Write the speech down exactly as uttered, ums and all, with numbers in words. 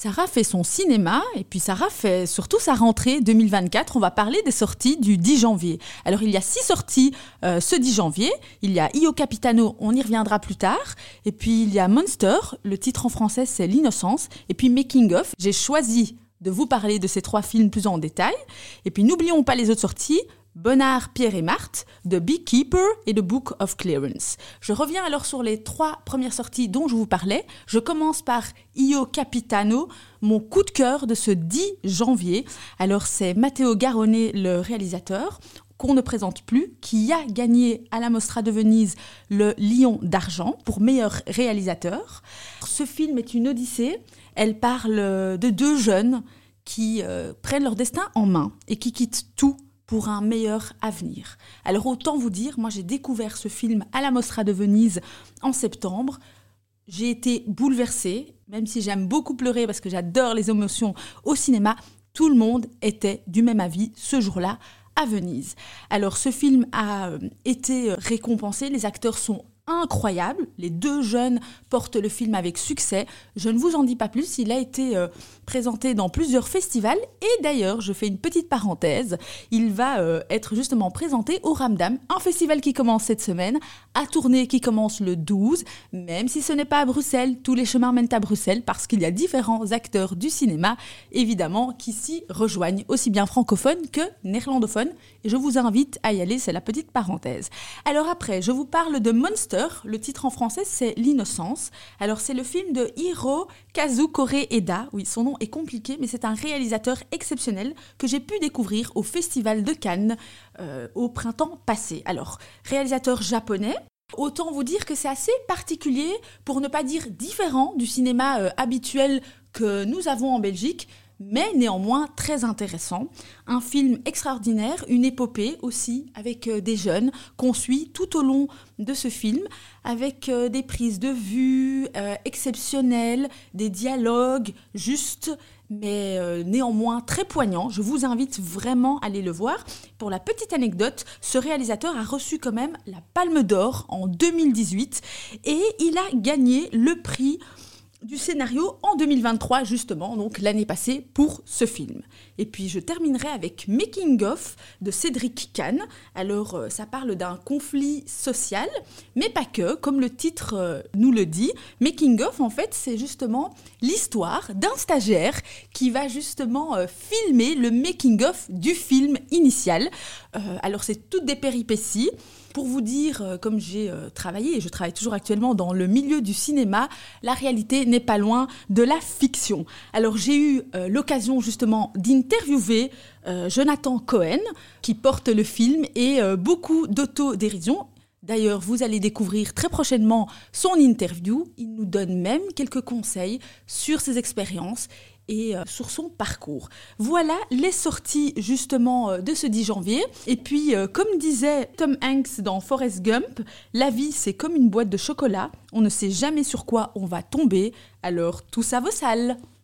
Sarah fait son cinéma et puis Sarah fait surtout sa rentrée deux mille vingt-quatre. On va parler des sorties du dix janvier. Alors il y a six sorties euh, ce dix janvier. Il y a Io Capitano, on y reviendra plus tard. Et puis il y a Monster, le titre en français c'est L'innocence. Et puis Making of, j'ai choisi de vous parler de ces trois films plus en détail. Et puis n'oublions pas les autres sorties. Bonnard, Pierre et Marthe, The Beekeeper et The Book of Clarence. Je reviens alors sur les trois premières sorties dont je vous parlais. Je commence par Io Capitano, mon coup de cœur de ce dix janvier. Alors c'est Matteo Garrone, le réalisateur, qu'on ne présente plus, qui a gagné à la Mostra de Venise le Lion d'argent pour meilleur réalisateur. Ce film est une odyssée. Elle parle de deux jeunes qui euh, prennent leur destin en main et qui quittent tout pour un meilleur avenir. Alors autant vous dire, moi j'ai découvert ce film à la Mostra de Venise en septembre. J'ai été bouleversée, même si j'aime beaucoup pleurer parce que j'adore les émotions au cinéma. Tout le monde était du même avis ce jour-là à Venise. Alors ce film a été récompensé, les acteurs sont incroyables, les deux jeunes portent le film avec succès. Je ne vous en dis pas plus, il a été euh, présenté dans plusieurs festivals et d'ailleurs, je fais une petite parenthèse, il va euh, être justement présenté au Ramdam, un festival qui commence cette semaine, à tourner qui commence le douze, même si ce n'est pas à Bruxelles, tous les chemins mènent à Bruxelles parce qu'il y a différents acteurs du cinéma, évidemment, qui s'y rejoignent, aussi bien francophones que néerlandophones, et je vous invite à y aller, c'est la petite parenthèse. Alors après, je vous parle de Monster. Le titre en français, c'est L'innocence. Alors, c'est le film de Hiro Kazukore Eda. Oui, son nom est compliqué, mais c'est un réalisateur exceptionnel que j'ai pu découvrir au Festival de Cannes euh, au printemps passé. Alors, réalisateur japonais. Autant vous dire que c'est assez particulier, pour ne pas dire différent du cinéma euh, habituel que nous avons en Belgique, mais néanmoins très intéressant. Un film extraordinaire, une épopée aussi, avec euh, des jeunes qu'on suit tout au long de ce film, avec euh, des prises de vue euh, exceptionnelles, des dialogues justes, mais euh, néanmoins très poignants. Je vous invite vraiment à aller le voir. Pour la petite anecdote, ce réalisateur a reçu quand même la Palme d'Or en deux mille dix-huit et il a gagné le prix du scénario en deux mille vingt-trois, justement, donc l'année passée, pour ce film. Et puis je terminerai avec Making of de Cédric Kahn. Alors euh, ça parle d'un conflit social, mais pas que, comme le titre euh, nous le dit. Making of, en fait, c'est justement l'histoire d'un stagiaire qui va justement euh, filmer le making of du film initial. Euh, alors c'est toutes des péripéties. Pour vous dire, euh, comme j'ai euh, travaillé, et je travaille toujours actuellement dans le milieu du cinéma, la réalité n'est pas loin de la fiction. Alors j'ai eu euh, l'occasion justement d'interviewer euh, Jonathan Cohen, qui porte le film, et euh, beaucoup d'autodérision. D'ailleurs, vous allez découvrir très prochainement son interview. Il nous donne même quelques conseils sur ses expériences et euh, sur son parcours. Voilà les sorties justement euh, de ce dix janvier. Et puis, euh, comme disait Tom Hanks dans Forrest Gump, la vie c'est comme une boîte de chocolat, on ne sait jamais sur quoi on va tomber, alors tout ça vaut sale.